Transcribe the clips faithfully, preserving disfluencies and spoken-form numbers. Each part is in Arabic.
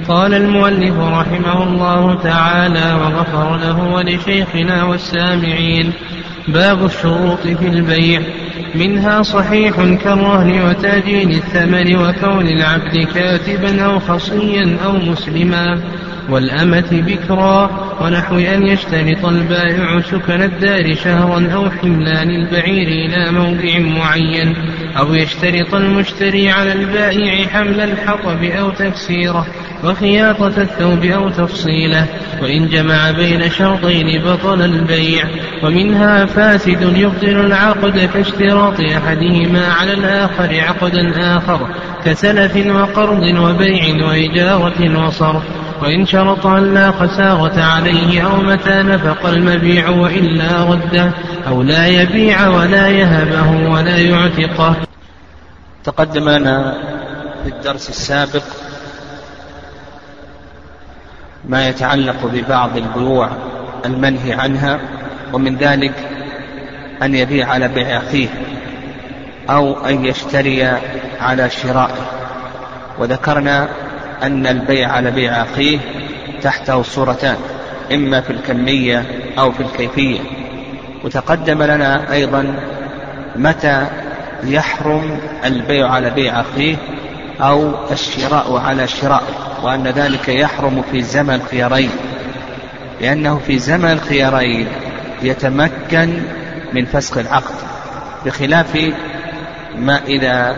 قال المؤلف رحمه الله تعالى وغفر له ولشيخنا والسامعين: باب الشروط في البيع. منها صحيح كالرهن وتأجيل الثمن وكون العبد كاتبا أو خصيا أو مسلما والأمة بكرا، ونحو أن يشترط البائع سكن الدار شهرا أو حملان البعير إلى موضع معين، أو يشترط المشتري على البائع حمل الحطب أو تكسيره وخياطة الثوب أو تفصيله، وإن جمع بين شرطين بطل البيع. ومنها فاسد يبطل العقد كاشتراط أحدهما على الآخر عقدا آخر كسلف وقرض وبيع وإجارة وصرف، وإن شرط أن لا خسارة عليه أو متى نفق المبيع وإلا رده، أو لا يبيع ولا يهبه ولا يعتقه. تقدم لنا في الدرس السابق ما يتعلق ببعض البيوع المنهي عنها، ومن ذلك أن يبيع على بيع أخيه أو أن يشتري على شرائه. وذكرنا أن البيع على بيع أخيه تحته صورتان، إما في الكمية أو في الكيفية. وتقدم لنا أيضا متى يحرم البيع على بيع أخيه أو الشراء على شرائه، وأن ذلك يحرم في زمن الخيارين، لأنه في زمن الخيارين يتمكن من فسخ العقد، بخلاف ما إذا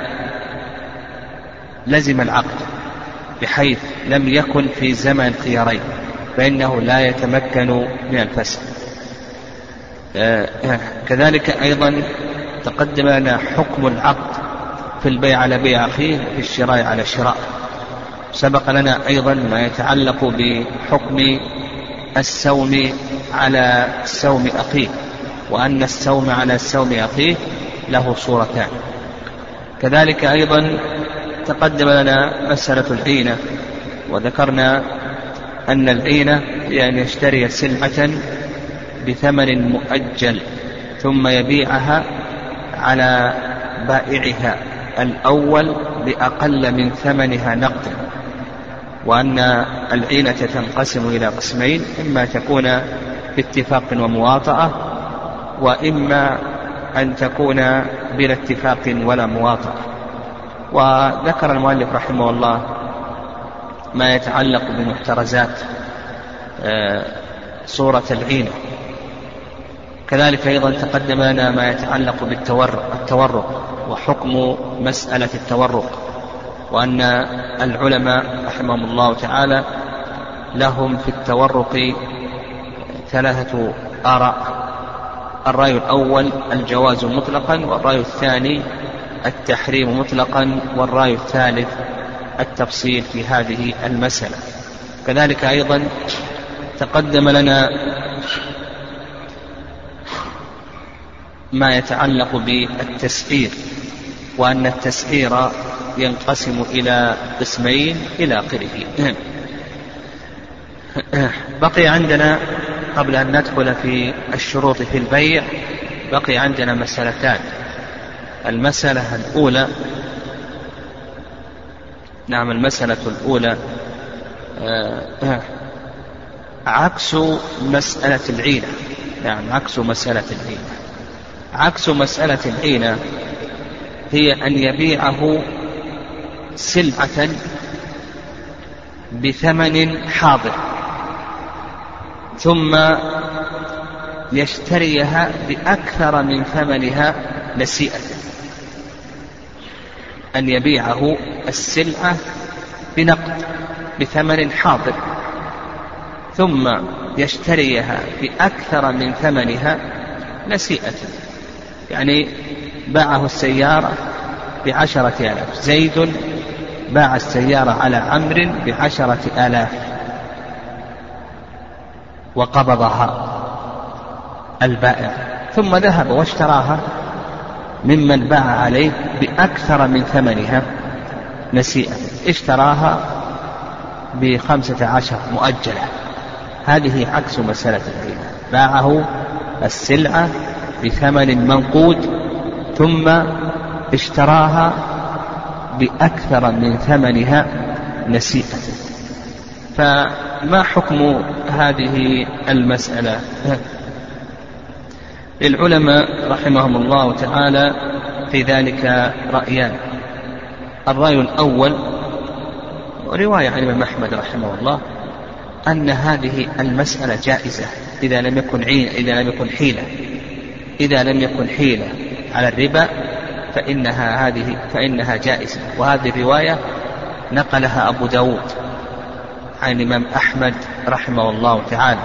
لزم العقد بحيث لم يكن في زمن الخيارين فإنه لا يتمكن من الفسخ. آه كذلك أيضا تقدم لنا حكم العقد في البيع على بيع أخيه في الشراء على شراء. سبق لنا أيضا ما يتعلق بحكم السوم على سوم أخيه، وأن السوم على سوم أخيه له صورتان. كذلك أيضا تقدم لنا مسألة العينة، وذكرنا أن العينة بأن يشتري سلعة بثمن مؤجل ثم يبيعها على بائعها الأول بأقل من ثمنها نقدا، وأن العينة تنقسم إلى قسمين: إما تكون باتفاق ومواطأة، وإما أن تكون بلا اتفاق ولا مواطأة. وذكر المؤلف رحمه الله ما يتعلق بمحترزات صورة العينة. كذلك أيضا تقدم لنا ما يتعلق بالتورق وحكم مسألة التورق، وأن العلماء رحمهم الله تعالى لهم في التورق ثلاثة آراء: الرأي الأول الجواز مطلقا، والرأي الثاني التحريم مطلقا، والرأي الثالث التفصيل في هذه المسألة. كذلك أيضا تقدم لنا ما يتعلق بالتسعير، وأن التسعير ينقسم إلى قسمين إلى آخره. بقي عندنا قبل أن ندخل في الشروط في البيع بقي عندنا مسألتان. المسألة الأولى نعم المسألة الأولى آه عكس مسألة العينة. نعم عكس مسألة العينة. عكس مسألة العينة هي أن يبيعه سلعة بثمن حاضر ثم يشتريها بأكثر من ثمنها نسيئة. أن يبيعه السلعة بنقد بثمن حاضر ثم يشتريها بأكثر من ثمنها نسيئة، يعني باعه السيارة بعشرة آلاف، زيد باع السيارة على عمرو بعشرة آلاف وقبضها البائع، ثم ذهب واشتراها ممن باع عليه بأكثر من ثمنها نسيئة، اشتراها بخمسة عشر مؤجلة. هذه عكس مسألة العينة. باعه السلعة بثمن منقود ثم اشتراها بأكثر من ثمنها نسيئة. فما حكم هذه المسألة؟ للعلماء رحمهم الله تعالى في ذلك رأيان. الرأي الأول رواية عن الإمام أحمد رحمه الله أن هذه المسألة جائزة إذا لم يكن عين إذا لم يكن حيلة إذا لم يكن حيلة على الربا فإنها هذه فإنها جائزة. وهذه الرواية نقلها أبو داود عن الإمام أحمد رحمه الله تعالى.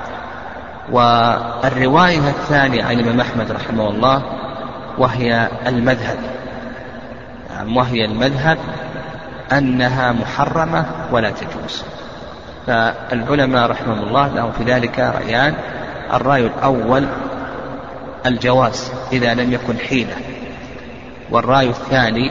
والرواية الثانية عن الإمام أحمد رحمه الله وهي المذهب وهي المذهب أنها محرمة ولا تجوز. فالعلماء رحمهم الله لهم في ذلك رأيان. الرأي الأول الجواز إذا لم يكن حيلة، والرأي الثاني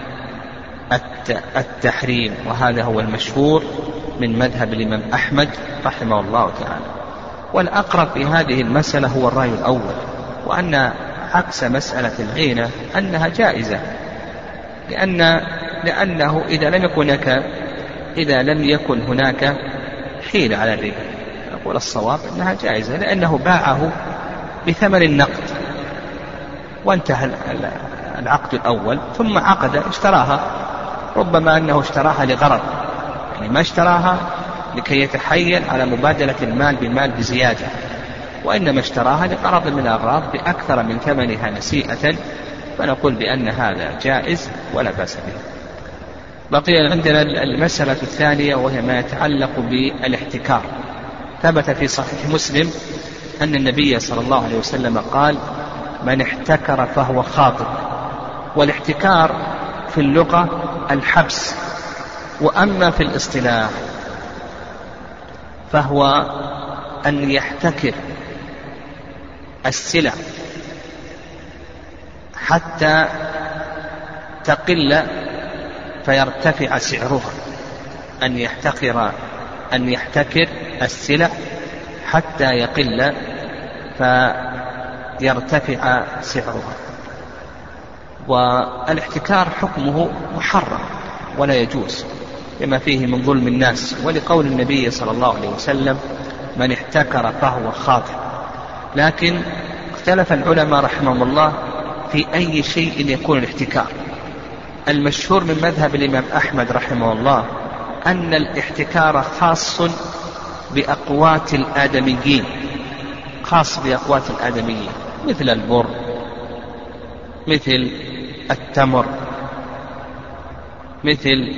التحريم، وهذا هو المشهور من مذهب الإمام أحمد رحمه الله تعالى. والأقرب في هذه المسألة هو الرأي الأول، وأن عكس مسألة العينة أنها جائزة، لأن لأنه إذا لم يكن هناك إذا لم يكن هناك حيلة على الربا نقول الصواب أنها جائزة، لأنه باعه بثمن النقد وانتهى العقد الأول، ثم عقد اشتراها، ربما أنه اشتراها لغرض، يعني ما اشتراها لكي يتحيل على مبادلة المال بالمال بزيادة، وإنما اشتراها لغرض من الأغراض بأكثر من ثمنها نسيئة، فنقول بأن هذا جائز ولا بأس به. بقي عندنا المسألة الثانية وهي ما يتعلق بالاحتكار. ثبت في صحيح مسلم أن النبي صلى الله عليه وسلم قال: من احتكر فهو خاطئ. والاحتكار في اللغة الحبس، وأما في الاصطلاح فهو أن يحتكر السلع حتى تقل فيرتفع سعرها. أن يحتكر أن يحتكر السلع حتى يقل فيرتفع سعرها. والاحتكار حكمه محرم ولا يجوز لما فيه من ظلم الناس، ولقول النبي صلى الله عليه وسلم: من احتكر فهو خاطئ. لكن اختلف العلماء رحمهم الله في أي شيء يكون الاحتكار. المشهور من مذهب الإمام أحمد رحمه الله أن الاحتكار خاص بأقوات الآدميين، خاص بأقوات الآدميين، مثل البر، مثل التمر، مثل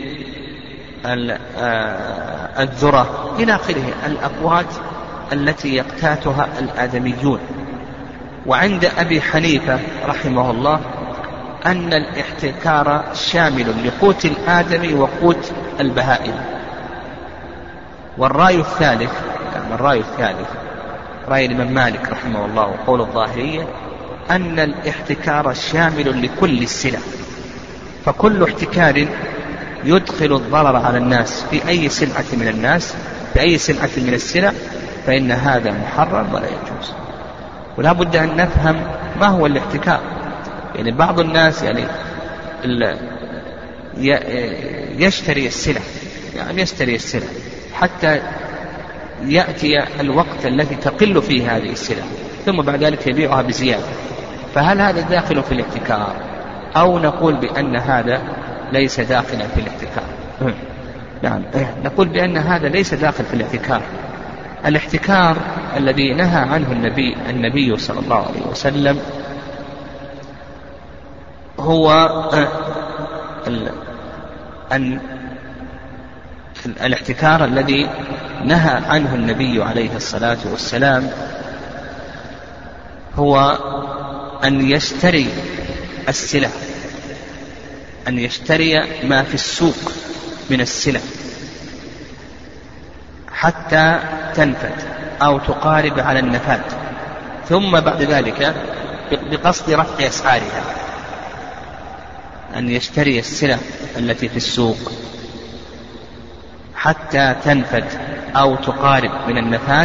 الذرة إلى آخره، الأقوات التي يقتاتها الآدميون. وعند أبي حنيفة رحمه الله أن الاحتكار شامل لقوت الآدمي وقوت البهائم. والرأي الثالث يعني الرأي الثالث رأي الإمام مالك رحمه الله وقول الظاهرية أن الاحتكار شامل لكل السلع، فكل احتكار يدخل الضرر على الناس في أي سلعة من الناس في أي سلعة من السلع فإن هذا محرم ولا يجوز. ولا بد أن نفهم ما هو الاحتكار. يعني بعض الناس يعني يشتري السلع يعني يشتري السلع حتى يأتي الوقت الذي تقل فيه هذه السلع، ثم بعد ذلك يبيعها بزيادة. فهل هذا داخل في الاحتكار أو نقول بأن هذا ليس داخلا في الاحتكار؟ نعم، نقول بأن هذا ليس داخل في الاحتكار. الاحتكار الذي نهى عنه النبي النبي صلى الله عليه وسلم هو أن الاحتكار الذي نهى عنه النبي عليه الصلاة والسلام هو أن يشتري السلع أن يشتري ما في السوق من السلع حتى تنفد أو تقارب على النفاد، ثم بعد ذلك بقصد رفع أسعارها أن يشتري السلع التي في السوق حتى تنفد أو تقارب من النفاد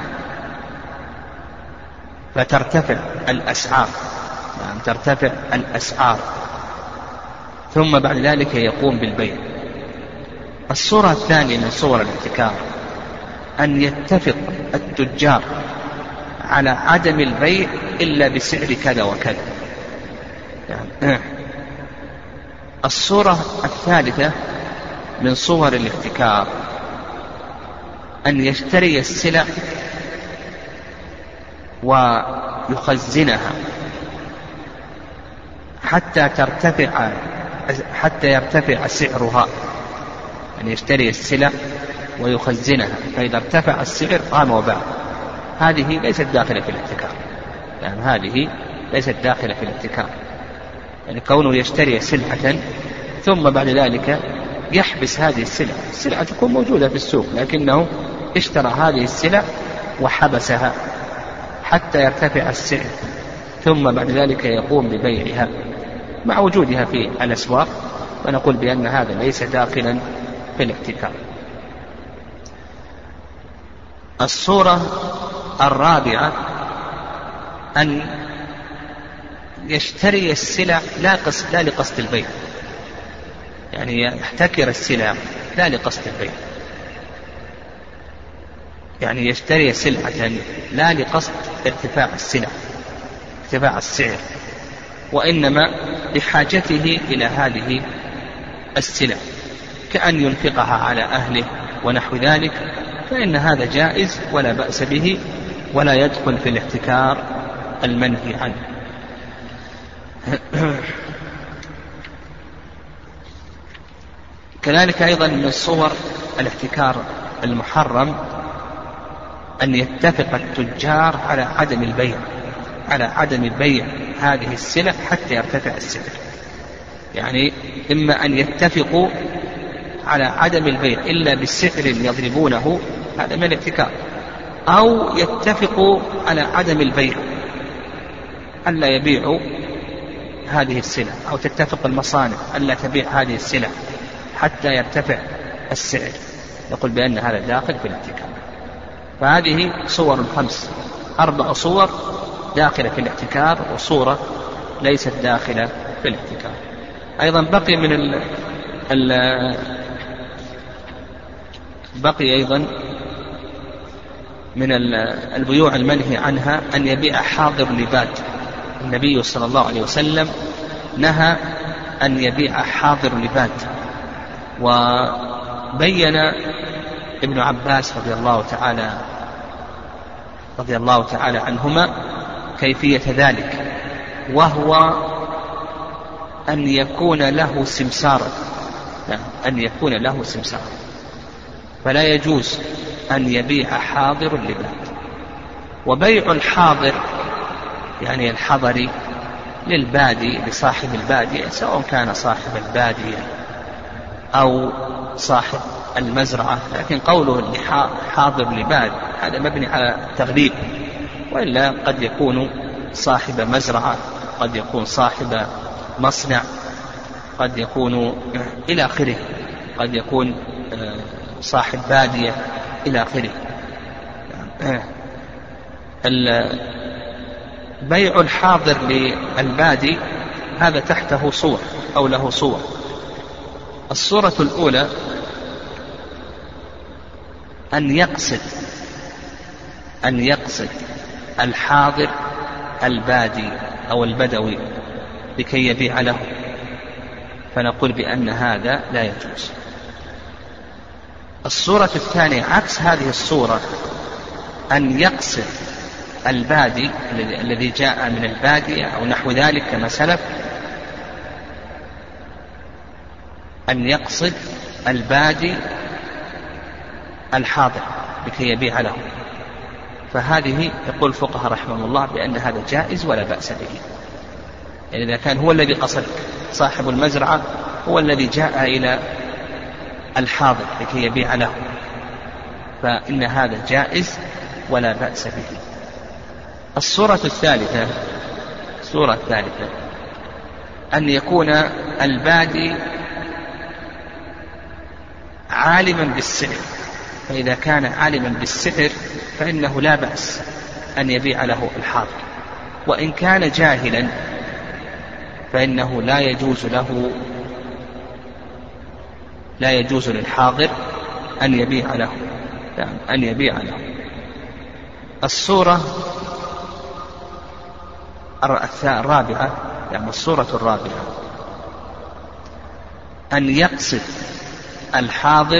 فترتفع الأسعار يعني ترتفع الأسعار ثم بعد ذلك يقوم بالبيع. الصورة الثانية من صور الاحتكار أن يتفق التجار على عدم البيع إلا بسعر كذا وكذا. يعني الصورة الثالثة من صور الاحتكار أن يشتري السلع ويخزنها حتى ترتفع حتى يرتفع سعرها. أن يشتري السلع ويخزنها، فإذا ارتفع السعر قام وباع. هذه ليست داخلة في الاحتكار، يعني هذه ليست داخلة في الاحتكار. يعني كونه يشتري سلعة ثم بعد ذلك يحبس هذه السلعة، السلعة تكون موجودة في السوق لكنه اشترى هذه السلع وحبسها حتى يرتفع السعر ثم بعد ذلك يقوم ببيعها مع وجودها في الأسواق، ونقول بأن هذا ليس داخلا في الاحتكار. الصورة الرابعة أن يشتري السلع لا قصد لا لقصد البيع، يعني يحتكر السلع لا لقصد البيع، يعني يشتري سلعة لا لقصد ارتفاع السلع ارتفاع السعر، وإنما لحاجته إلى هذه السلع كأن ينفقها على أهله ونحو ذلك، فإن هذا جائز ولا بأس به ولا يدخل في الاحتكار المنهي عنه. كذلك أيضا من صور الاحتكار المحرم أن يتفق التجار على عدم البيع على عدم بيع هذه السلع حتى يرتفع السعر. يعني إما أن يتفقوا على عدم البيع إلا بالسعر يضربونه، هذا من الاحتكار، أو يتفقوا على عدم البيع ألا يبيعوا هذه السلع، أو تتفق المصانع ألا تبيع هذه السلع حتى يرتفع السعر، يقول بأن هذا داخل في الاحتكار. فهذه صور خمس، أربع صور داخلة في الاحتكار وصورة ليست داخلة في الاحتكار. أيضا بقي من ال ال بقي أيضا من البيوع المنهي عنها أن يبيع حاضر لباد. النبي صلى الله عليه وسلم نهى أن يبيع حاضر لباد، وبين ابن عباس رضي الله تعالى رضي الله تعالى عنهما كيفية ذلك، وهو أن يكون له سمسارا أن يكون له سمسارا فلا يجوز أن يبيع حاضر لباد. وبيع الحاضر يعني الحضري للبادي لصاحب البادية، سواء كان صاحب البادية أو صاحب المزرعة، لكن قوله حاضر لباد هذا مبني على تغليب، وإلا قد يكون صاحب مزرعة، قد يكون صاحب مصنع، قد يكون إلى آخره، قد يكون صاحب بادية إلى آخره. بيع الحاضر للبادي هذا تحته صور أو له صور. الصورة الأولى أن يقصد أن يقصد الحاضر البادي أو البدوي لكي يبيع له، فنقول بأن هذا لا يجوز. الصورة الثانية عكس هذه الصورة، أن يقصد البادي الذي جاء من البادية أو نحو ذلك كما سلف، أن يقصد البادي الحاضر لكي يبيع له، فهذه يقول الفقهاء رحمه الله بأن هذا جائز ولا بأس به. يعني إذا كان هو الذي قصد صاحب المزرعة هو الذي جاء إلى الحاضر لكي يبيع له، فإن هذا جائز ولا بأس به. الصورة الثالثة الصورة الثالثة أن يكون البادي عالما بالسعر، فإذا كان عالما بالسعر فإنه لا بأس أن يبيع له الحاضر، وإن كان جاهلا فإنه لا يجوز له لا يجوز للحاضر أن يبيع له، يعني أن يبيع له. الصورة الرابعة، يعني الصورة الرابعة أن يقصد الحاضر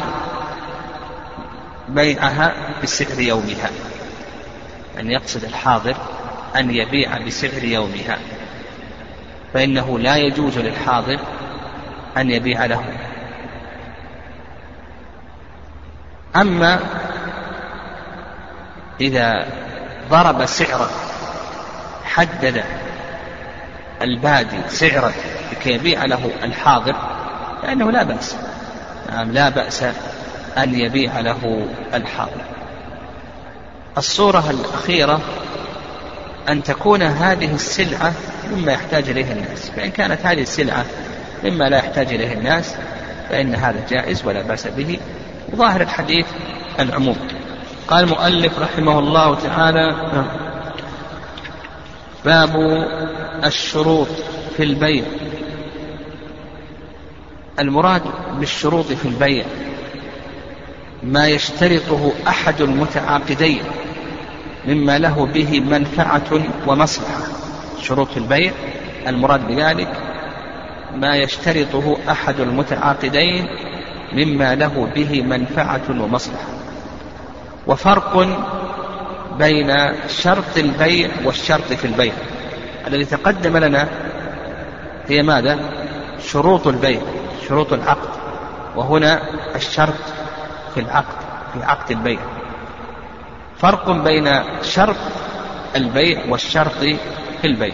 بيعها بسعر يومها، أن يقصد الحاضر أن يبيع بسعر يومها، فإنه لا يجوز للحاضر أن يبيع له. أما إذا ضرب سعرا، حدد البادي سعرا لكي يبيع له الحاضر، فإنه لا بأس، نعم لا بأس أن يبيع له الحاضر. الصورة الأخيرة أن تكون هذه السلعة مما يحتاج إليه الناس، فإن كانت هذه السلعة مما لا يحتاج إليه الناس فإن هذا جائز ولا بأس به. ظاهر الحديث العموم. قال المؤلف رحمه الله تعالى: باب الشروط في البيع. المراد بالشروط في البيع ما يشترطه أحد المتعاقدين مما له به منفعة ومصلحة. شروط في البيع المراد بذلك ما يشترطه أحد المتعاقدين مما له به منفعة ومصلحة. وفرق بين شرط البيع والشرط في البيع. الذي تقدم لنا هي ماذا؟ شروط البيع، شروط العقد، وهنا الشرط في العقد، في عقد البيع. فرق بين شرط البيع والشرط في البيع.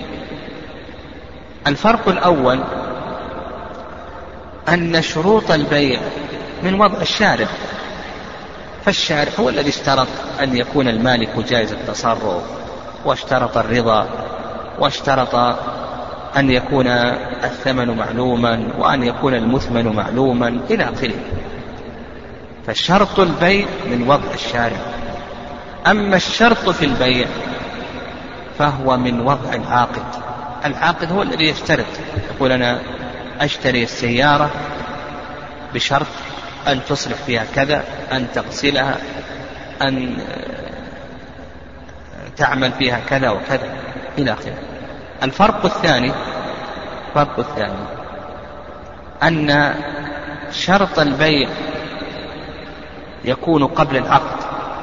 الفرق الأول أن شروط البيع من وضع الشارع، فالشارع هو الذي اشترط أن يكون المالك جائز التصرف، واشترط الرضا، واشترط أن يكون الثمن معلوما، وأن يكون المثمن معلوما إلى آخره. فشرط البيع من وضع الشارع. أما الشرط في البيع فهو من وضع العاقد. العاقد هو الذي يشترط، يقول أنا أشتري السيارة بشرط أن تصلح فيها كذا، أن تغسلها، أن تعمل فيها كذا وكذا إلى آخره. الفرق الثاني الفرق الثاني أن شرط البيع يكون قبل العقد،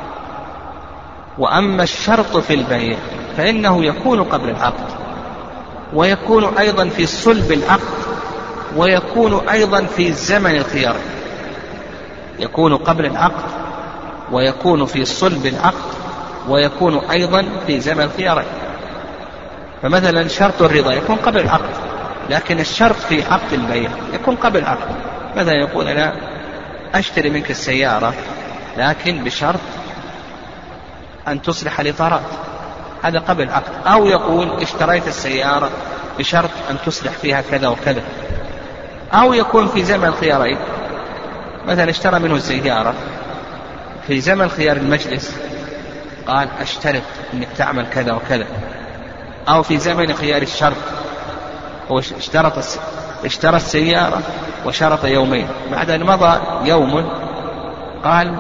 وأما الشرط في البيع فإنه يكون قبل العقد، ويكون أيضا في صلب العقد، ويكون أيضا في زمن الخيار. يكون قبل العقد، ويكون في صلب العقد، ويكون أيضا في زمن الخيار. فمثلا شرط الرضا يكون قبل العقد، لكن الشرط في عقد البيع يكون قبل العقد. مثلا يقول أنا أشتري منك السيارة لكن بشرط أن تصلح الإطارات، هذا قبل العقد. أو يقول اشتريت السيارة بشرط أن تصلح فيها كذا وكذا. أو يكون في زمن الخيارين، مثلا اشترى منه السيارة في زمن خيار المجلس، قال أشترط أنك تعمل كذا وكذا. أو في زمن خيار الشرط، هو اشترط اشترى السيارة وشرط يومين، بعد أن مضى يوم قال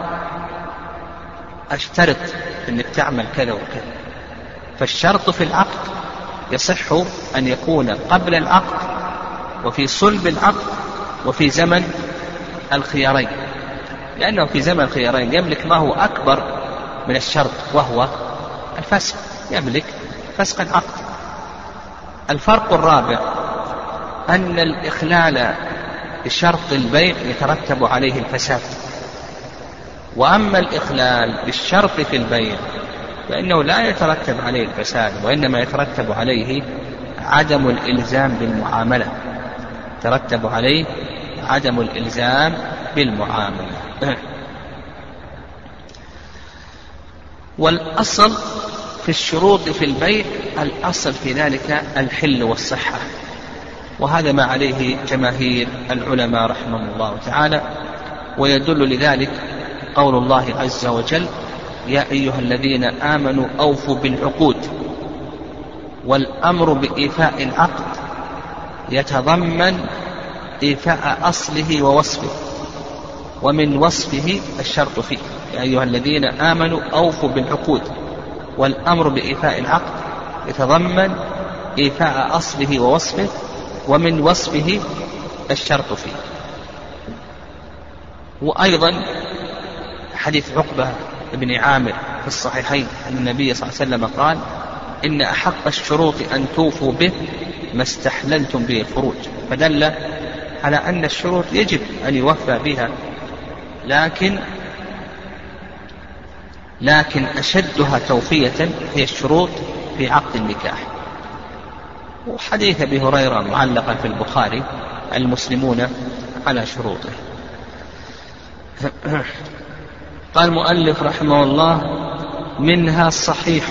أشترط أنك تعمل كذا وكذا. فالشرط في العقد يصح أن يكون قبل العقد، وفي صلب العقد، وفي زمن الخيارين، لأنه في زمن الخيارين يملك ما هو أكبر من الشرط، وهو الفسخ، يملك فسخ العقد. الفرق الرابع أن الإخلال بشرط البيع يترتب عليه الفساد، وأما الإخلال بالشرط في البيع فإنه لا يترتب عليه الفساد، وإنما يترتب عليه عدم الإلزام بالمعاملة، يترتب عليه عدم الإلزام بالمعاملة. والأصل في الشروط في البيع، الأصل في ذلك الحل والصحة، وهذا ما عليه جماهير العلماء رحمهم الله تعالى. ويدل لذلك قول الله عز وجل: يا أيها الذين آمنوا أوفوا بالعقود. والأمر بإيفاء العقد يتضمن إيفاء أصله ووصفه، ومن وصفه الشرط فيه. يا أيها الذين آمنوا أوفوا بالعقود، والأمر بإيفاء العقد يتضمن إيفاء أصله ووصفه، ومن وصفه الشرط فيه. وأيضا حديث عقبة بن عامر في الصحيحين أن النبي صلى الله عليه وسلم قال: إن أحق الشروط أن توفوا به ما استحللتم به الفروج، فدل على أن الشروط يجب أن يوفى بها، لكن لكن أشدها توفية هي الشروط في عقد النكاح. وحديث أبي هريرة معلقا في البخاري: المسلمون على شروطه. قال المؤلف رحمه الله: منها صحيح.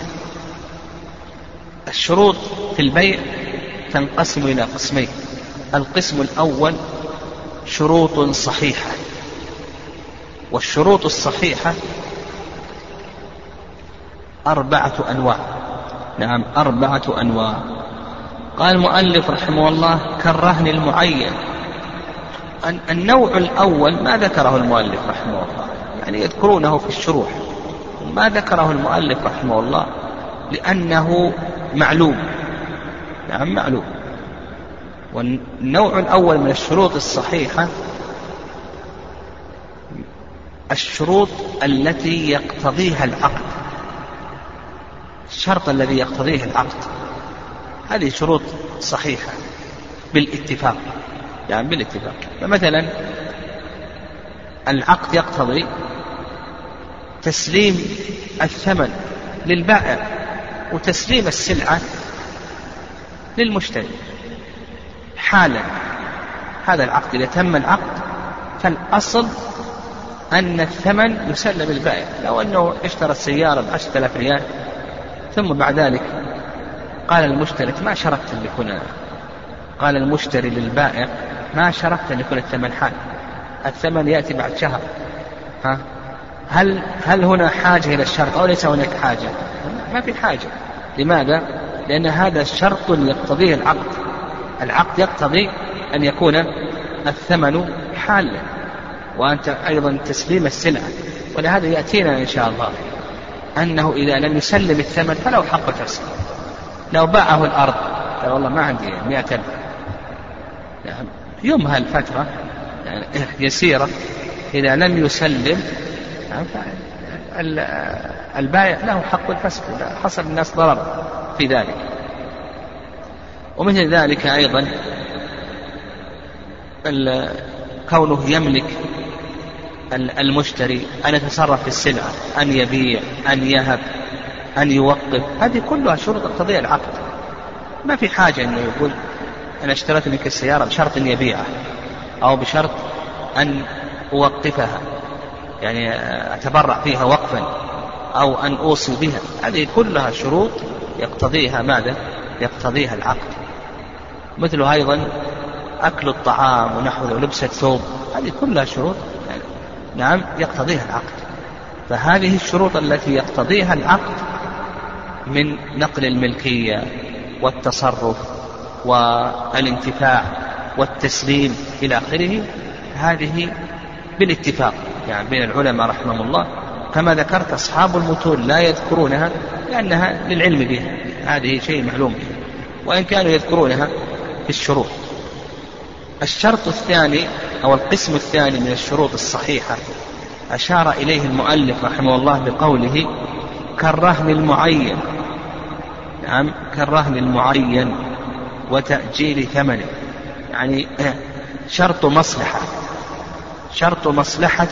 الشروط في البيع تنقسم إلى قسمين: القسم الأول شروط صحيحة، والشروط الصحيحة أربعة أنواع. نعم، أربعة أنواع. قال المؤلف رحمه الله: كالرهن المعين. النوع الأول ما ذكره المؤلف رحمه الله، يعني يذكرونه في الشروح، ما ذكره المؤلف رحمه الله لأنه معلوم. نعم، معلوم. والنوع الأول من الشروط الصحيحة الشروط التي يقتضيها العقد، الشرط الذي يقتضيه العقد، هذه شروط صحيحة بالاتفاق، يعني بالاتفاق. فمثلا العقد يقتضي تسليم الثمن للبائع وتسليم السلعة للمشتري حالا. هذا العقد إذا تم العقد فالأصل أن الثمن يسلم البائع. لو أنه اشترى السيارة بعشرة آلاف ريال ثم بعد ذلك قال المشتري: ما شرطت أن يكون، قال المشتري للبائع: ما شرطت أن يكون الثمن حال، الثمن يأتي بعد شهر. ها هل هل هنا حاجة إلى الشرط أو ليس هناك حاجة؟ ما في حاجة. لماذا؟ لأن هذا الشرط يقتضيه العقد. العقد يقتضي أن يكون الثمن حالا، وأنت أيضا تسليم السلعة. ولهذا يأتينا إن شاء الله أنه إذا لم يسلم الثمن فله حق تسليم. لو باعه الأرض قال: والله ما عندي مئة ألف، يعني يمهل فترة يعني يسيرة، إذا لم يسلم يعني البائع له حق الفسخ، حصل الناس ضرر في ذلك. ومثل ذلك أيضا كونه يملك المشتري أن يتصرف في السلعة، أن يبيع، أن يهب، أن يوقف، هذه كلها شروط تقتضي العقد. ما في حاجة أنه يقول: أنا اشتريت منك السيارة بشرط أن يبيعها، أو بشرط أن أوقفها، يعني أتبرع فيها وقفا، أو أن أوصي بها. هذه كلها شروط يقتضيها ماذا؟ يقتضيها العقد. مثل أيضا أكل الطعام ونحوه ولبس الثوب، هذه كلها شروط يعني نعم يقتضيها العقد. فهذه الشروط التي يقتضيها العقد من نقل الملكية والتصرف والانتفاع والتسليم إلى آخره، هذه بالاتفاق يعني بين العلماء رحمهم الله. كما ذكرت أصحاب المتون لا يذكرونها لأنها للعلم بها، هذه شيء معلوم به، وإن كانوا يذكرونها في الشروط. الشرط الثاني أو القسم الثاني من الشروط الصحيحة أشار إليه المؤلف رحمه الله بقوله: كالرهن المعين. نعم، كالرهن المعين وتأجيل ثمنه، يعني شرط مصلحة، شرط مصلحة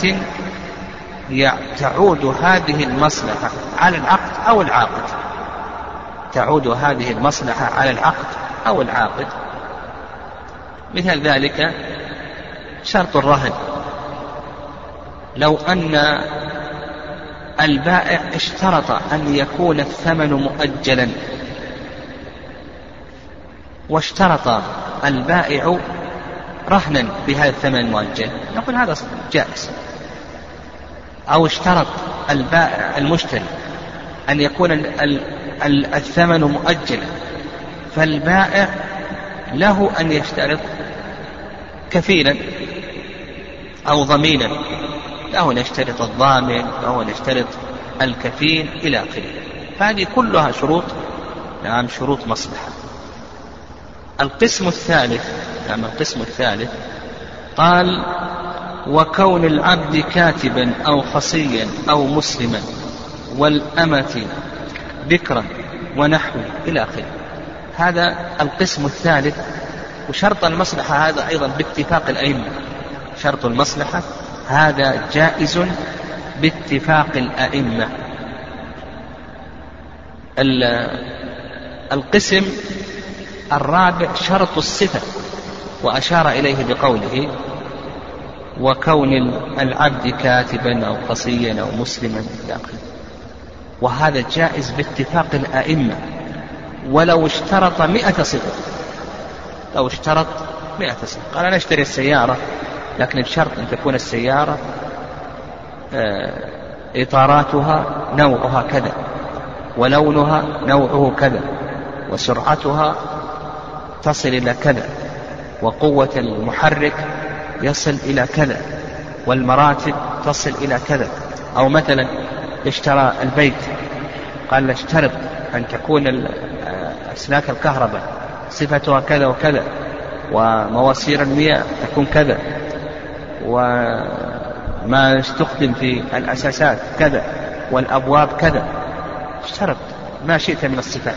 تعود هذه المصلحة على العقد أو العاقد، تعود هذه المصلحة على العقد أو العاقد. مثل ذلك شرط الرهن، لو أن البائع اشترط أن يكون الثمن مؤجلا، واشترط البائع رهنا بهذا الثمن المؤجل، نقول هذا جائز. أو اشترط البائع المشتري أن يكون الثمن مؤجلا، فالبائع له أن يشترط كفيلا أو ضمينا، له نشترط الضامن أو نشترط الكفيل إلى آخره. فهذه كلها شروط، نعم شروط مصلحة. القسم الثالث، نعم القسم الثالث قال: وكون العبد كاتبا أو خصيا أو مسلما والأمة بكرا ونحو إلى آخره. هذا القسم الثالث. وشرط المصلحة هذا أيضا باتفاق الأئمة، شرط المصلحة هذا جائز باتفاق الأئمة. القسم الرابع شرط الصفة، وأشار إليه بقوله: وكون العبد كاتبا أو خصيا أو مسلما إلى آخره. وهذا جائز باتفاق الأئمة ولو اشترط مئة صفة، لو اشترط مئة صفة. قال: أنا أشتري السيارة لكن بشرط أن تكون السيارة إطاراتها نوعها كذا، ولونها نوعه كذا، وسرعتها تصل إلى كذا، وقوة المحرك يصل إلى كذا، والمراتب تصل إلى كذا. أو مثلا اشترى البيت، قال: اشترط أن تكون أسلاك الكهرباء صفتها كذا وكذا، ومواسير المياه تكون كذا، وما يستخدم في الأساسات كذا، والأبواب كذا. اشترط ما شئت من الصفات،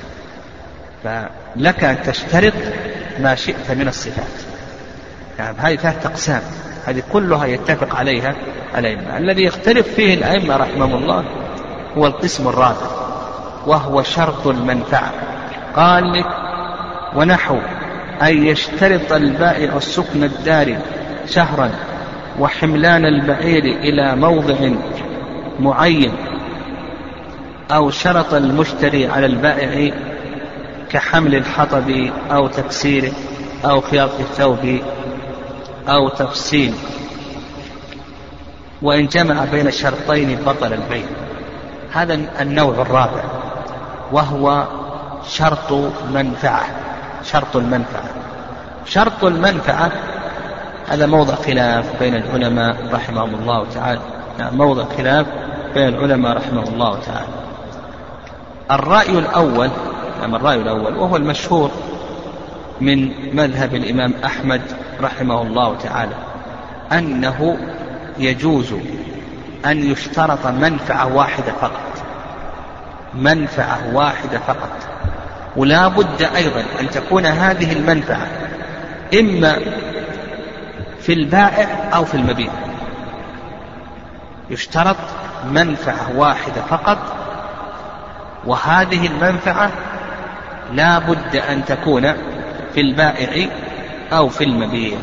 فلك أن تشترط ما شئت من الصفات. يعني هذه ثلاث أقسام، هذه كلها يتفق عليها الأئمة. الذي يختلف فيه الأئمة رحمهم الله هو القسم الرابع، وهو شرط المنفعة. قال لك: ونحو أن يشترط البائع السكن الدار شهرا وحملان البعير إلى موضع معين، أو شرط المشتري على البائع كحمل الحطب أو تكسيره أو خياط الثوب أو تفصيل، وإن جمع بين الشرطين بطل البيع. هذا النوع الرابع، وهو شرط منفعة. شرط المنفعة شرط المنفعة هذا موضع خلاف بين العلماء رحمهم الله تعالى، موضع خلاف بين العلماء رحمه الله تعالى. الرأي الأول، يعني الرأي الأول وهو المشهور من مذهب الإمام أحمد رحمه الله تعالى، أنه يجوز أن يشترط منفعة واحدة فقط، منفعة واحدة فقط. ولا بد أيضا أن تكون هذه المنفعة إما في البائع أو في المبيع. يشترط منفعة واحدة فقط، وهذه المنفعة لا بد أن تكون في البائع أو في المبيع.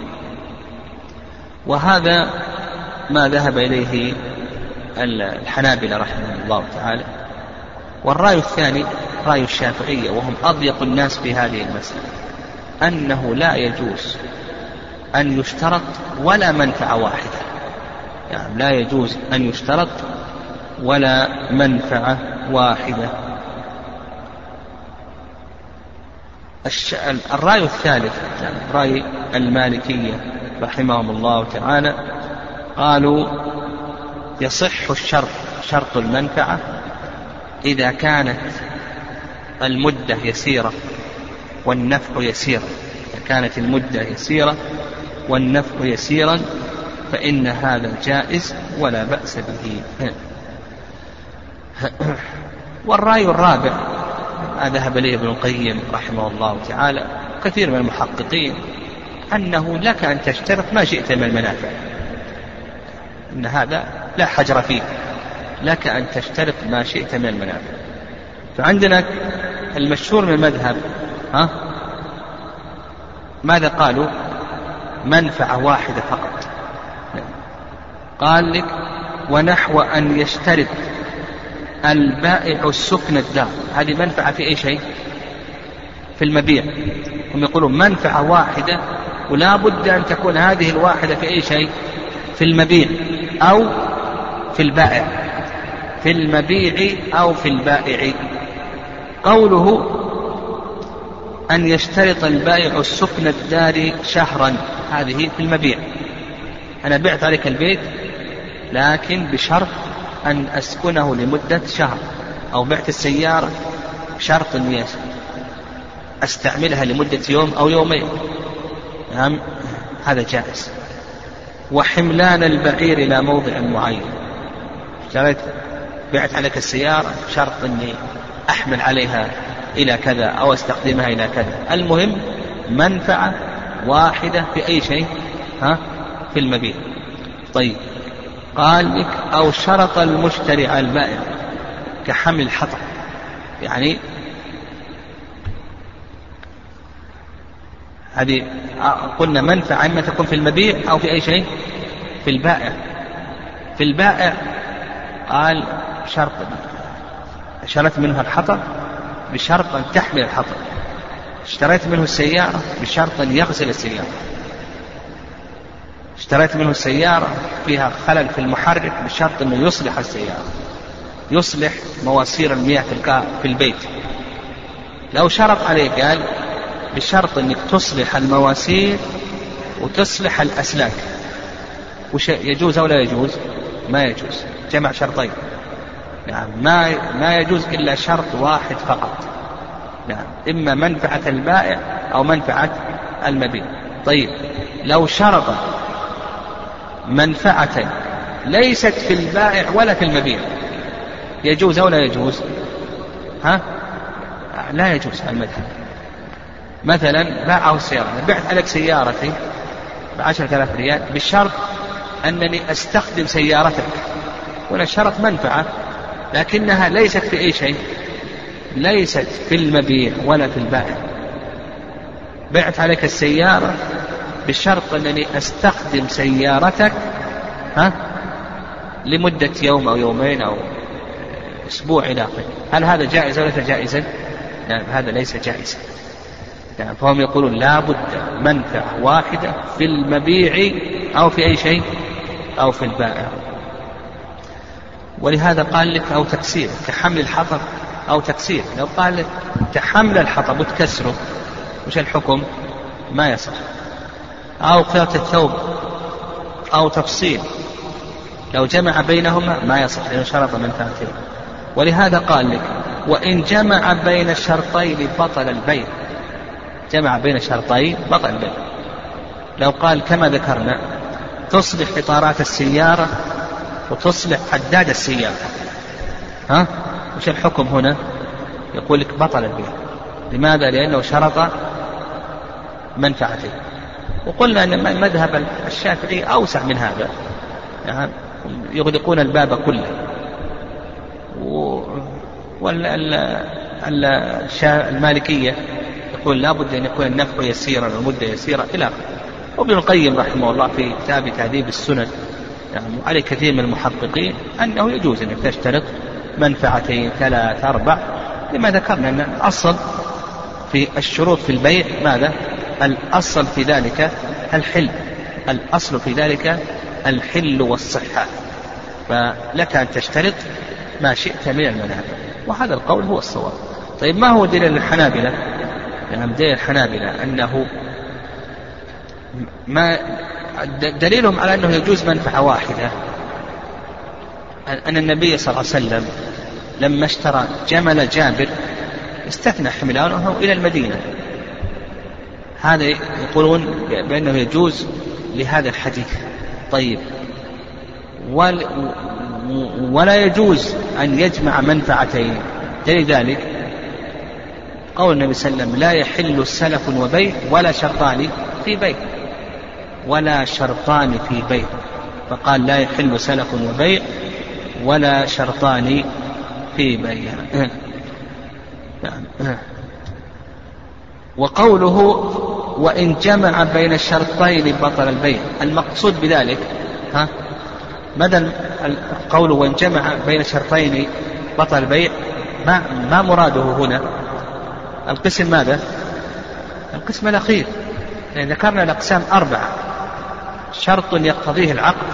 وهذا ما ذهب إليه الحنابلة رحمه الله تعالى. والرأي الثاني رأي الشافعية، وهم أضيق الناس في هذه المسألة، أنه لا يجوز أن يشترط ولا منفعة واحدة، يعني لا يجوز أن يشترط ولا منفعة واحدة. الرأي الثالث يعني رأي المالكية رحمهم الله تعالى، قالوا يصح الشرط شرط المنفعة إذا كانت المدة يسيرة والنفع يسيرا. إذا كانت المدة يسيرة والنفع يسيرا فإن هذا جائز ولا بأس به. والرأي الرابع ذهب إليه ابن القيم رحمه الله تعالى كثير من المحققين، أنه لك أن تشترط ما شئت من المنافع، إن هذا لا حجر فيه، لك أن تشترط ما شئت من المنافع. فعندنا المشهور من المذهب ها ماذا قالوا؟ منفعة واحدة فقط. قال لك: ونحو أن يشترط البائع السكن الدار. هذه منفعة في أي شيء؟ في المبيع. هم يقولون منفعة واحدة ولا بد أن تكون هذه الواحدة في أي شيء؟ في المبيع أو في البائع، في المبيع أو في البائع. قوله أن يشترط البائع السكن الدار شهرا، هذه في المبيع، أنا بعت عليك البيت لكن بشرط أن أسكنه لمدة شهر، أو بعت السيارة بشرط أن أستعملها لمدة يوم أو يومين، نعم هذا جائز. وحملان البعير إلى موضع معين، اشتريت بعت عليك السيارة بشرط أني أحمل عليها إلى كذا أو أستخدمها إلى كذا، المهم منفعة واحدة في أي شيء ها في المبيع. طيب قال لك أو شرط المشتري على البائع كحمل الحطب، يعني هذه قلنا منفعة إما تكون في المبيع أو في أي شيء في البائع. في البائع قال شرط اشتريت منه الحطب بشرط أن تحمل الحطب، اشتريت منه السيارة بشرط أن يغسل السيارة، اشتريت منه السيارة فيها خلل في المحرك بشرط أنه يصلح السيارة، يصلح مواسير المياه في البيت. لو شرط عليه قال بشرط أنك تصلح المواسير وتصلح الأسلاك، وش يجوز أو لا يجوز؟ ما يجوز، جمع شرطين، نعم ما ما يجوز إلا شرط واحد فقط، نعم إما منفعة البائع أو منفعة المبيع. طيب لو شرط منفعة ليست في البائع ولا في المبيع يجوز أو لا يجوز؟ ها لا يجوز على المذهب. مثلا باعه السيارة، بعت عليك سيارتي بعشرة آلاف ريال بالشرط أنني أستخدم سيارتك، ولا شرط منفعة لكنها ليست في أي شيء، ليست في المبيع ولا في البائع. بعت عليك السيارة بشرط أنني أستخدم سيارتك ها لمدة يوم أو يومين أو أسبوع إلى آخره، هل هذا جائز ولا ليس جائزا؟ نعم هذا ليس جائزا. نعم فهم يقولون لا بد منفعة واحدة في المبيع أو في أي شيء أو في البائع. ولهذا قال لك أو تكسير كحمل الحطب أو تكسير. لو قال لك كحمل الحطب وتكسره وش الحكم؟ ما يصح. أو قيادة الثوب أو تفصيل، لو جمع بينهما ما يصح لأنه شرط منفعتين. ولهذا قال لك وإن جمع بين الشرطين بطل البيع، جمع بين الشرطين بطل البيع. لو قال كما ذكرنا تصلح إطارات السيارة وتصلح حداد السيارة، ها وش الحكم هنا؟ يقول لك بطل البيع. لماذا؟ لأنه شرط منفعتين. وقلنا أن مذهب الشافعي أوسع من هذا، يعني يغلقون الباب كله، والمالكية يقول لا بد أن يكون النفع يسيرا والمدة يسيرة إلى آخره. وابن القيم رحمه الله في كتاب تهذيب السنن يعني عليه كثير من المحققين أنه يجوز أن تشترط منفعتين ثلاث أربع، لما ذكرنا أن الأصل في الشروط في البيع ماذا؟ الأصل في ذلك الحل، الأصل في ذلك الحل والصحة، فلك أن تشترط ما شئت من المنافع، وهذا القول هو الصواب. طيب ما هو دليل الحنابلة؟ يعني دليل الحنابلة أنه ما دليلهم على أنه يجوز منفعة واحدة أن النبي صلى الله عليه وسلم لما اشترى جمل جابر استثنى حملانه إلى المدينة، هذا يقولون بأنه يجوز لهذا الحديث. طيب ولا يجوز أن يجمع منفعتين، لذلك قول النبي صلى الله عليه وسلم لا يحل سلف وبيع ولا شرطان في بيع، ولا شرطان في بيع، فقال لا يحل سلف وبيع ولا شرطان في بيع. وقوله وإن جمع بين الشرطين بطل البيع، المقصود بذلك ها ماذا؟ قوله وإن جمع بين الشرطين بطل البيع، ما, ما مراده هنا؟ القسم ماذا؟ القسم الأخير، يعني ذكرنا الأقسام أربعة: شرط يقتضيه العقد،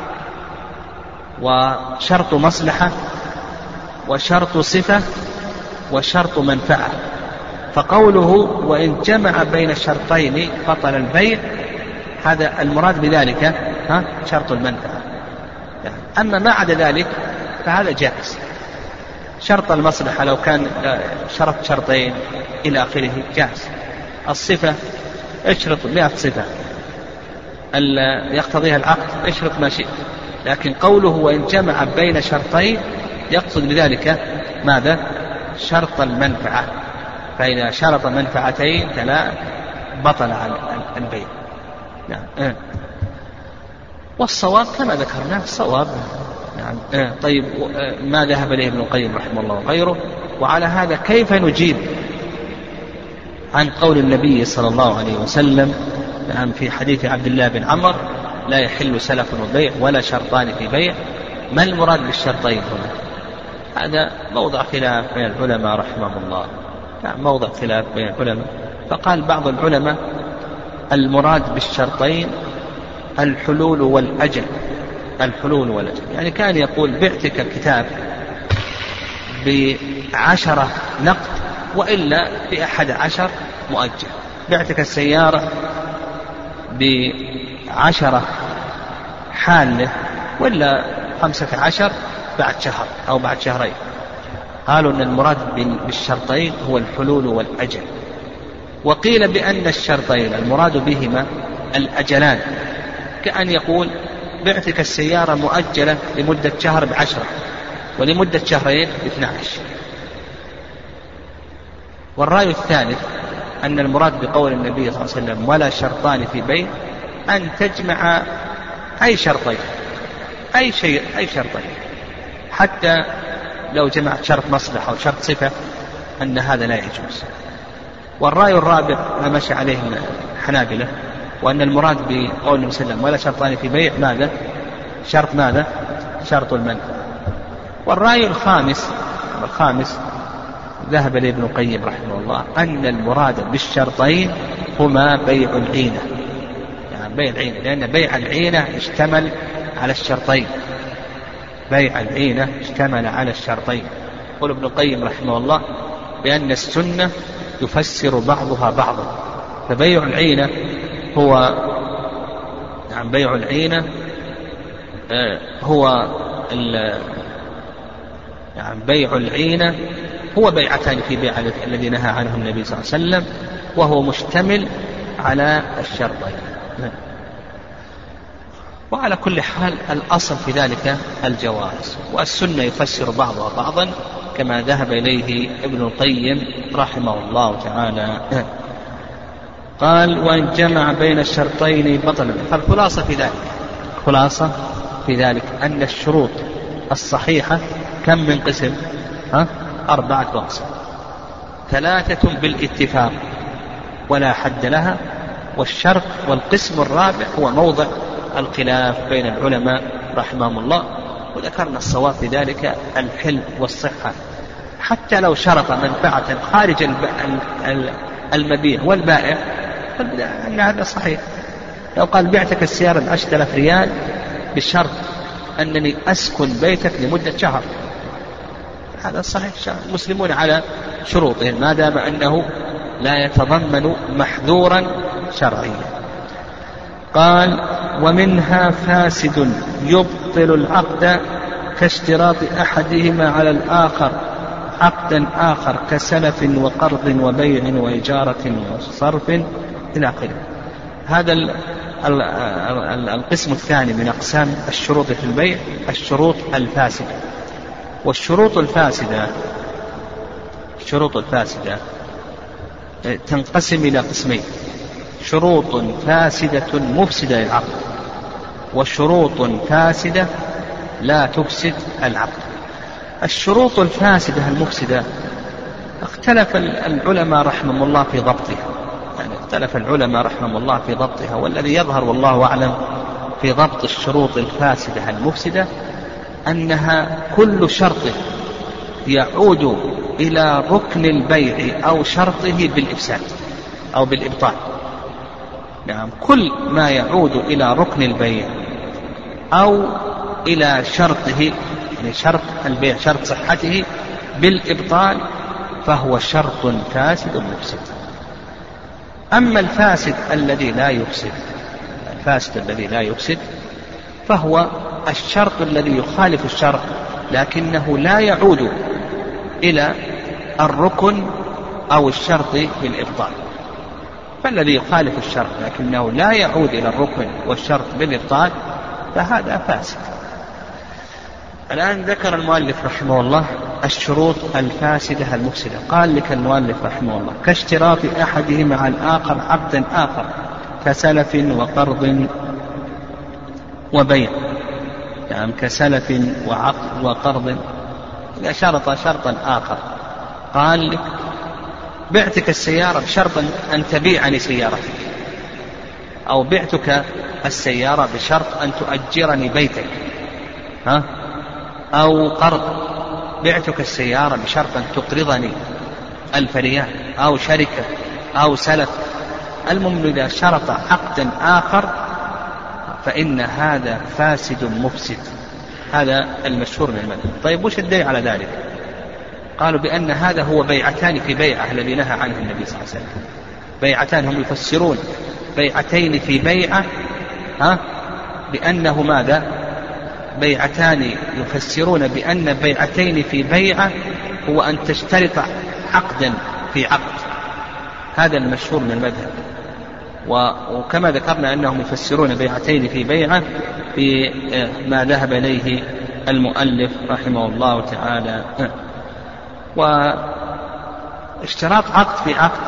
وشرط مصلحة، وشرط صفة، وشرط منفعة. فقوله وإن جمع بين الشرطين بطل البيع، هذا المراد بذلك ها شرط المنفعة. يعني أما ما عدا ذلك فهذا جائز. شرط المصلحة لو كان شرط شرطين إلى آخره جائز. الصفة اشرط مئة صفة يقتضيها العقد اشرط ما شئت، لكن قوله وإن جمع بين شرطين يقصد بذلك ماذا؟ شرط المنفعة. فإذا شرط منفعتين فلا بطل عن البيع. نعم. والصواب كما ذكرنا الصواب. نعم. طيب ما ذهب إليه ابن القيم رحمه الله وغيره؟ وعلى هذا كيف نجيب عن قول النبي صلى الله عليه وسلم نعم في حديث عبد الله بن عمر لا يحل سلف وبيع ولا شرطان في بيع؟ ما المراد بالشرطين هنا؟ هذا موضع خلاف بين العلماء رحمهم الله. نعم موضع خلاف بين العلماء. فقال بعض العلماء المراد بالشرطين الحلول والأجل. الحلول والأجل يعني كان يقول بعتك الكتاب بعشرة نقد وإلا بأحد عشر مؤجل، بعتك السيارة بعشرة حالة ولا خمسة عشر بعد شهر أو بعد شهرين. قالوا أن المراد بالشرطين هو الحلول والأجل. وقيل بأن الشرطين المراد بهما الأجلان، كأن يقول بعتك السيارة مؤجلة لمدة شهر بعشرة ولمدة شهرين باثنى عشر. والرأي الثالث أن المراد بقول النبي صلى الله عليه وسلم ولا شرطان في بيع أن تجمع أي شرطين أي شيء أي شرطين، حتى لو جمعت شرط مصلحة أو شرط صفة أن هذا لا يجوز. والرأي الرابع ما مشى عليه الحنابلة، وأن المراد بقول النبي صلى الله عليه وسلم ولا شرطان في بيع ماذا؟ شرط ماذا؟ شرط المنفعة. والرأي الخامس الخامس ذهب إليه ابن القيم رحمه الله أن المراد بالشرطين هما بيع العينة. يعني بيع العينة، لأن بيع العينة اشتمل على الشرطين. بيع العينة اشتمل على الشرطين. يقول ابن القيم رحمه الله بأن السنة يفسر بعضها بعضا. فبيع العينة هو يعني بيع العينة هو يعني بيع العينة هو بيعتان في بيع الذي نهى عنه النبي صلى الله عليه وسلم، وهو مشتمل على الشرطين. وعلى كل حال الأصل في ذلك الجواز، والسنة يفسر بعضها بعضا كما ذهب إليه ابن القيم رحمه الله تعالى. قال وإن جمع بين الشرطين بطل. فالخلاصة في ذلك خلاصة في ذلك أن الشروط الصحيحة كم من قسم؟ ها؟ أربعة أقسام. ثلاثة بالاتفاق ولا حد لها، والشرط والقسم الرابع هو موضع الخلاف بين العلماء رحمهم الله. وذكرنا الصواب في ذلك الحل والصحة، حتى لو شرط منفعة خارج المبيع والبائع فإن هذا صحيح. لو قال بعتك السيارة بعشرة آلاف ريال بشرط أنني أسكن بيتك لمدة شهر، هذا صحيح. المسلمون على شروطهم ما دام أنه لا يتضمن محذورا شرعيا. قال ومنها فاسد يبطل العقد كاشتراط أحدهما على الآخر عقدا آخر كسلف وقرض وبيع وإجارة وصرف إلى آخره. هذا القسم الثاني من أقسام الشروط في البيع الشروط الفاسدة. والشروط الفاسدة الشروط الفاسدة تنقسم إلى قسمين: شروط فاسدة مفسدة للعقد، وشروط فاسدة لا تفسد العقد. الشروط الفاسدة المفسدة اختلف العلماء رحمهم الله في ضبطها، يعني اختلف العلماء رحمهم الله في ضبطها. والذي يظهر والله أعلم في ضبط الشروط الفاسدة المفسدة أنها كل شرط يعود إلى ركن البيع أو شرطه بالإفساد أو بالإبطال. نعم، كل ما يعود إلى ركن البيع أو إلى شرطه، يعني شرط البيع شرط صحته بالإبطال، فهو شرط فاسد مفسد. أما الفاسد الذي لا يفسد الفاسد الذي لا يفسد فهو الشرط الذي يخالف الشرع لكنه لا يعود إلى الركن أو الشرط بالإبطال. فالذي يخالف الشرط لكنه لا يعود إلى الركن والشرط بالإبطال فهذا فاسد. الآن ذكر المؤلف رحمه الله الشروط الفاسدة المفسدة. قال لك المؤلف رحمه الله: كاشتراط أحدهما على الآخر عقدا آخر كسلف وقرض وبيع. يعني كسلف وعقد وقرض. إذا شرط شرطا آخر قال لك: بعتك السيارة بشرط أن تبيعني سيارتك، أو بعتك السيارة بشرط أن تؤجرني بيتك، ها؟ أو قرض، بعتك السيارة بشرط أن تقرضني ألف ريال، أو شركة، أو سلف. المهم إذا شرط عقدا آخر فإن هذا فاسد مفسد. هذا المشهور من المذهب. طيب وش الدليل على ذلك؟ قالوا بأن هذا هو بيعتان في بيعة الذي نهى عنه النبي صلى الله عليه وسلم. بيعتان هم يفسرون بيعتين في بيعة، ها؟ بأنه ماذا؟ بيعتان يفسرون بأن بيعتين في بيعة هو أن تشترط عقدا في عقد. هذا المشهور من المذهب. وكما ذكرنا أنهم يفسرون بيعتين في بيعة بما ذهب إليه المؤلف رحمه الله تعالى. واشتراط عقد في عقد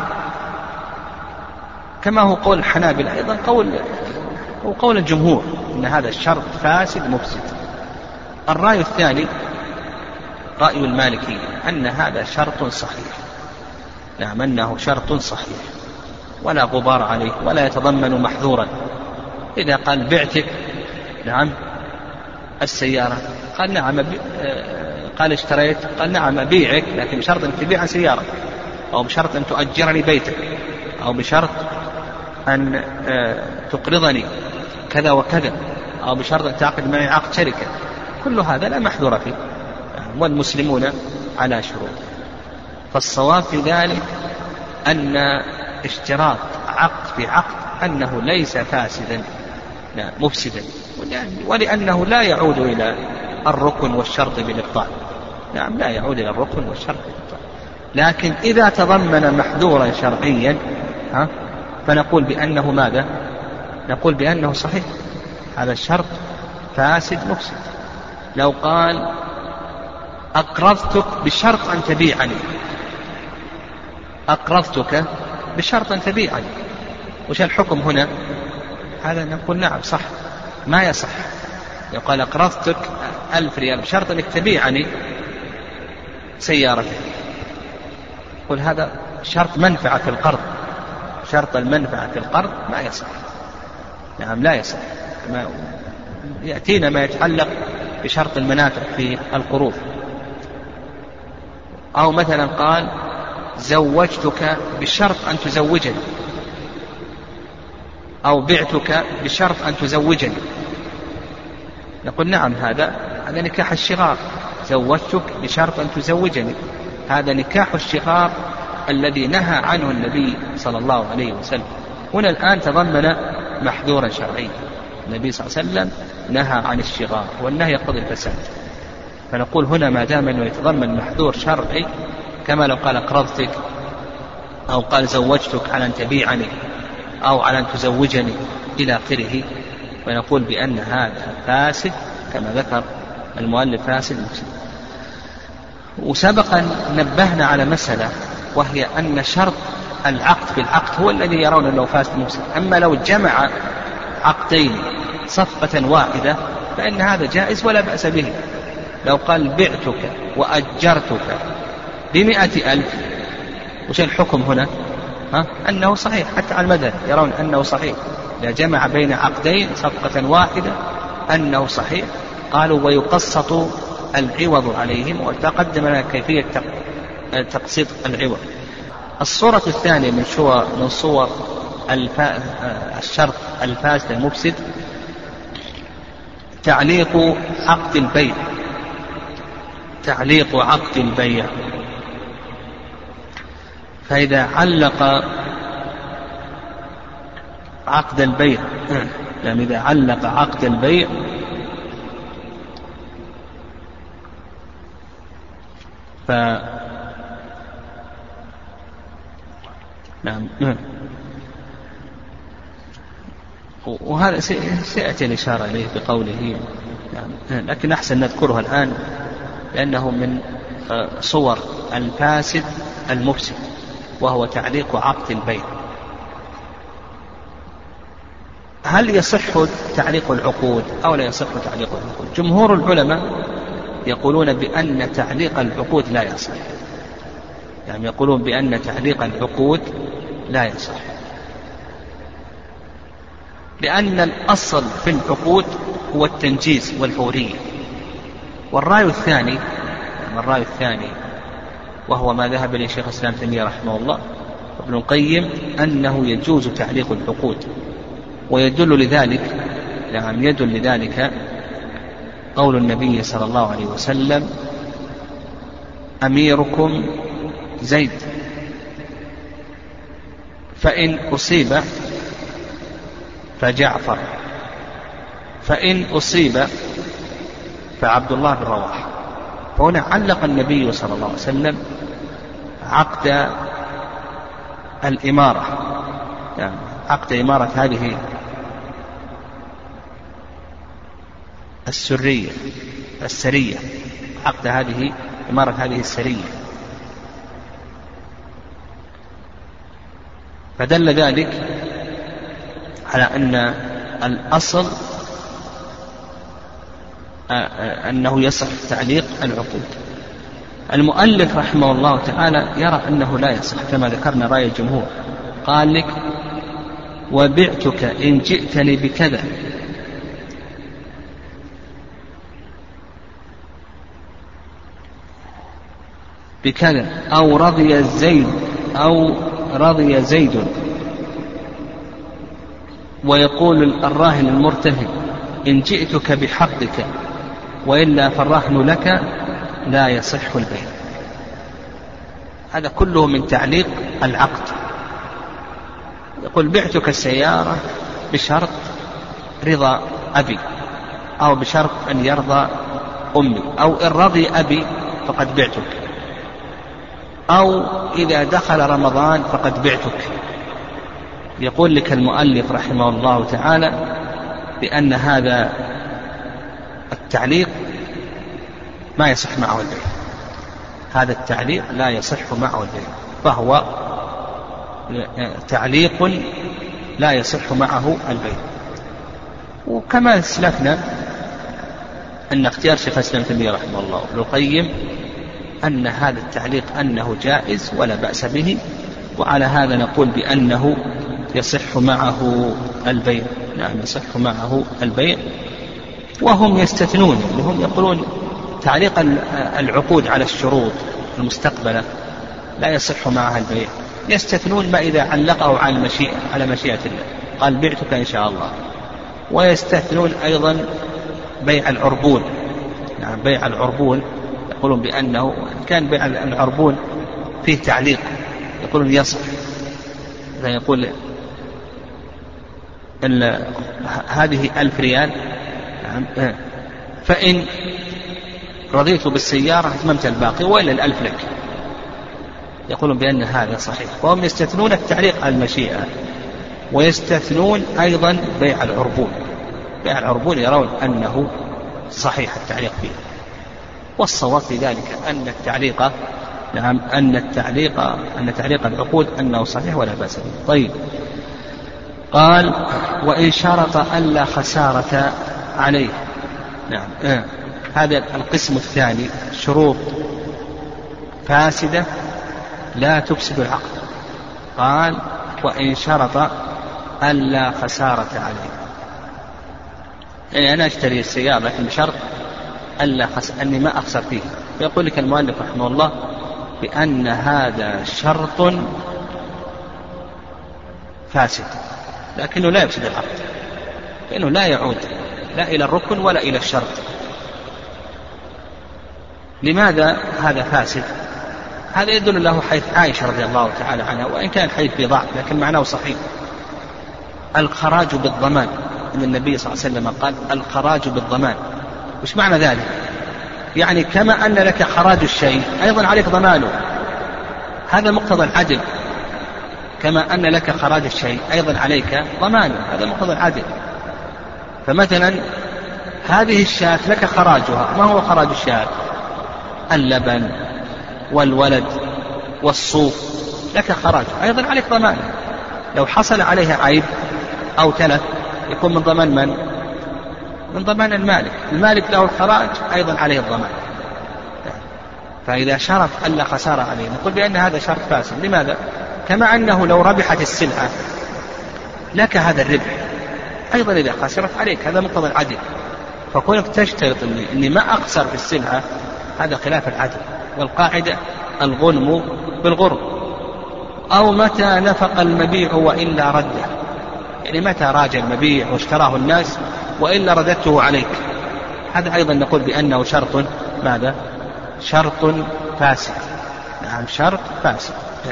كما هو قول الحنابلة أيضا قول وقول الجمهور أن هذا الشرط فاسد مفسد. الرأي الثاني رأي المالكية أن هذا شرط صحيح. نعم أنه شرط صحيح ولا غبار عليه ولا يتضمن محذورا. إذا قال بعتك نعم السيارة، قال نعم قال اشتريت، قال نعم أبيعك لكن بشرط أن تبيع سيارة، أو بشرط أن تؤجرني بيتك، أو بشرط أن تقرضني كذا وكذا، أو بشرط أن تعقد معي عقد شركة. كل هذا لا محذور فيه والمسلمون على شروط. فالصواب في ذلك أن اشتراط عقد في عقد أنه ليس فاسدا لا مفسدا، ولأنه لا يعود إلى الركن والشرط بالإبطال. نعم لا يعود إلى الركن والشرط بالإبطال. لكن إذا تضمن محذورا شرعيا ها فنقول بأنه ماذا؟ نقول بأنه صحيح. هذا الشرط فاسد مفسد. لو قال أقرضتك بشرط أن تبيعني، أقرضتك بشرط أن تبيعني، وش الحكم هنا؟ هذا نقول نعم صح، ما يصح. يقال أقرضتك ألف ريال بشرط أنك تبيعني سيارتك، قل هذا شرط منفعة في القرض. شرط المنفعة في القرض ما يصح. نعم لا يصح. ما يأتينا ما يتعلق بشرط المنافع في القروض. أو مثلا قال زوجتك بشرط أن تزوجني، أو بعتك بشرط أن تزوجني، نقول نعم هذا هذا نكاح الشغار. زوجتك بشرط أن تزوجني، هذا نكاح الشغار الذي نهى عنه النبي صلى الله عليه وسلم. هنا الآن تضمن محذورا شرعيا. النبي صلى الله عليه وسلم نهى عن الشغار، والنهي يقتضي الفساد. فنقول هنا ما دام أنه يتضمن محذور شرعي كما لو قال أقرضتك، أو قال زوجتك على أن تبيعني، أو على أن تزوجني إلى آخره، ونقول بأن هذا فاسد كما ذكر المؤلف فاسد مفسد. وسبقا نبهنا على مسألة، وهي أن شرط العقد بالعقد هو الذي يرون أنه فاسد مفسد. أما لو جمع عقدين صفقة واحدة فإن هذا جائز ولا بأس به. لو قال بعتك وأجرتك بمئة ألف، وش الحكم هنا؟ ها؟ أنه صحيح. حتى على المذهب يرون أنه صحيح. إذا جمع بين عقدين صفقة واحدة أنه صحيح. قالوا ويقسط العوض عليهم، وتقدم لنا كيفية تقسيط العوض. الصورة الثانية من صور من صور الفا... الشرط الفاسد المفسد تعليق عقد البيع. تعليق عقد البيع. فإذا علق عقد البيع، يعني إذا علق عقد البيع ف نعم. وهذا سيأتي الإشارة إليه بقوله نعم. لكن أحسن نذكرها الآن لأنه من صور الفاسد المفسد، وهو تعليق عقد البيع. هل يصح تعليق العقود أو لا يصح تعليق العقود؟ جمهور العلماء يقولون بأن تعليق العقود لا يصح، يعني يقولون بأن تعليق العقود لا يصح، لأن الأصل في العقود هو التنجيز والفورية. والرأي الثاني الرأي الثاني وهو ما ذهب إليه شيخ الإسلام تيمية رحمه الله وابن القيم، أنه يجوز تعليق العقود، ويدل لذلك يعني يدل لذلك قول النبي صلى الله عليه وسلم: أميركم زيد، فإن أصيب فجعفر، فإن أصيب فعبد الله بن رواحة. فهنا علق النبي صلى الله عليه وسلم عقد الإمارة، يعني عقد إمارة هذه السرية السرية عقد هذه إمارة هذه السرية، فدل ذلك على أن الأصل أنه يصح تعليق العقود. المؤلف رحمه الله تعالى يرى أنه لا يصح كما ذكرنا رأي الجمهور، قال لك: وبعتك إن جئتني بكذا، بكذا، أو رضي زيد أو رضي زيد، ويقول الراهن المرتهن: إن جئتك بحقك وإلا فالرهن لك، لا يصح البيع. هذا كله من تعليق العقد. يقول: بعتك السيارة بشرط رضا أبي، أو بشرط أن يرضى أمي، أو إن رضي أبي فقد بعتك، أو إذا دخل رمضان فقد بعتك. يقول لك المؤلف رحمه الله تعالى بأن هذا التعليق ما يصح معه البيع، هذا التعليق لا يصح معه البيع، فهو تعليق لا يصح معه البيع. وكما سلفنا أن اختيار شيخ الإسلام تيمية رحمه الله وابن القيم أن هذا التعليق أنه جائز ولا بأس به، وعلى هذا نقول بأنه يصح معه البيع. نعم، يصح معه البيع. وهم يستثنون، هم يقولون تعليق العقود على الشروط المستقبلة لا يصح معها البيع، يستثنون ما إذا علقه على المشيئة على مشيئة الله، قال: بعتك إن شاء الله. ويستثنون أيضا بيع العربون. نعم، بيع العربون يقولون بأنه كان بيع العربون فيه تعليق، يقولون يصح. يقول هذه ألف ريال، فإن رضيت بالسيارة أتممت الباقي وإلا الألف لك. يقولون بأن هذا صحيح. وهم يستثنون التعليق على المشيئة، ويستثنون أيضا بيع العربون. بيع العربون يرون أنه صحيح التعليق فيه، والصواب في ذلك أن التعليق نعم أن التعليق أن تعليق العقود أنه صحيح ولا بأس به. طيب، قال: وإن شرط ألا خسارة عليه. نعم، آه. هذا القسم الثاني، شروط فاسدة لا تفسد العقد. قال: وإن شرط ألا خسارة عليه، يعني أنا أشتري السيارة لكن بشرط ألا خس... أني ما أخسر فيه. ويقول لك المؤلف رحمه الله بأن هذا شرط فاسد، لكنه لا يفسد العقد، لأنه لا يعود لا إلى الركن ولا إلى الشرط. لماذا هذا فاسد؟ هذا يدل له حيث عائشة رضي الله تعالى عنها، وإن كان حيث بضاعف لكن معناه صحيح: الخراج بالضمان. أن النبي صلى الله عليه وسلم قال: الخراج بالضمان. وش معنى ذلك؟ يعني كما أن لك خراج الشيء أيضا عليك ضمانه، هذا مقتضى العدل. كما أن لك خراج الشيء أيضا عليك ضمانه، هذا مقتضى العدل. فمثلا هذه الشاة لك خراجها، ما هو خراج الشاة؟ اللبن والولد والصوف لك خراج، أيضا عليك ضمانه. لو حصل عليها عيب أو تلف يكون من ضمان من؟ من ضمان المالك. المالك له الخراج أيضا عليه الضمان. فإذا شرط ألا خسارة عليه نقول بأن هذا شرط فاسد. لماذا؟ كما أنه لو ربحت السلعة لك هذا الربح، أيضا إذا خسرت عليك، هذا مقتضى العدل. فكونك تشترط أني, إني ما أخسر في السلعة هذا خلاف العدل، والقاعدة الغنم بالغرم. أو متى نفق المبيع وإلا رده، يعني متى راجع المبيع واشتراه الناس وإلا رددته عليك، هذا أيضا نقول بأنه شرط ماذا؟ شرط فاسد. نعم شرط فاسد،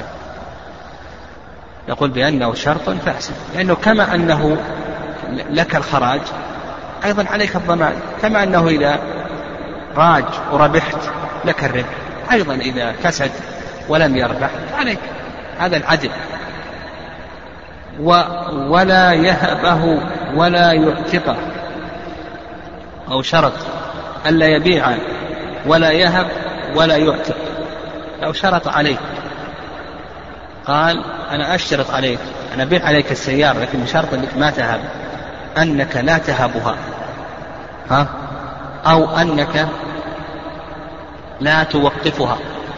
نقول بأنه شرط فاسد، لأنه كما أنه لك الخراج أيضا عليك الضمان، كما أنه إذا راج وربحت لك الربح، أيضا إذا كسد ولم يربح عليك، هذا العدل. و ولا يهبه ولا يعتقه، أو شرط ألا يبيع ولا يهب ولا يعتق. لو شرط عليك قال أنا أشترط عليك، أنا أبيع عليك السيارة لكن بشرط أنك ما تهب، أنك لا تهبها، ها؟ أو أنك لا توقفها،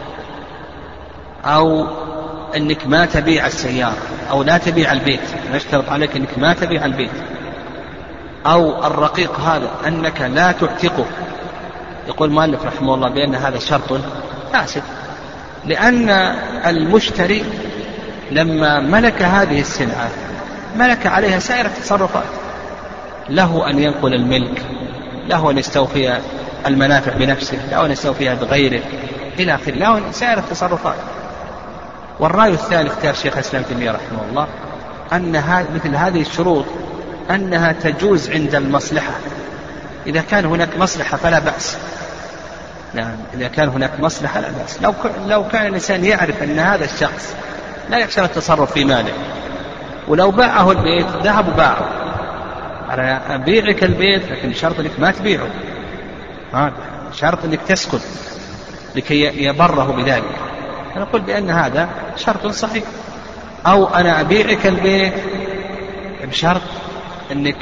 أو أنك ما تبيع السيارة، أو لا تبيع البيت، أنا أشترط عليك أنك ما تبيع البيت. أو الرقيق هذا أنك لا تعتقه، يقول مؤلف رحمه الله بأن هذا شرط فاسد، لأن المشتري لما ملك هذه السلعة ملك عليها سائر التصرفات، له أن ينقل الملك، له أن يستوفي المنافع بنفسه، له أن يستوفيها بغيره إلى آخره، له سائر التصرفات. والرأي الثاني اختيار شيخ الإسلام ابن تيمية رحمه الله أن مثل هذه الشروط أنها تجوز عند المصلحة، إذا كان هناك مصلحة فلا بأس. نعم إذا كان هناك مصلحة لا بأس. لو لو كان الإنسان يعرف أن هذا الشخص لا يحسن التصرف في ماله، ولو باعه البيت ذهب وباعه، أنا أبيعك البيت لكن شرط أنك ما تبيعه، شرط أنك تسكت لكي يبره بذلك، أنا أقول بأن هذا شرط صحيح. أو أنا أبيعك البيت بشرط أنك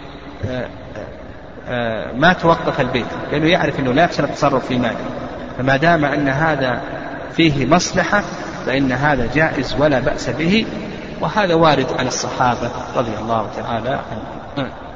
ما توقف البيت، لأنه يعرف أنه لا يحسن التصرف في ماله، فما دام أن هذا فيه مصلحة فإن هذا جائز ولا بأس به، وهذا وارد عن الصحابة رضي الله تعالى عنهم.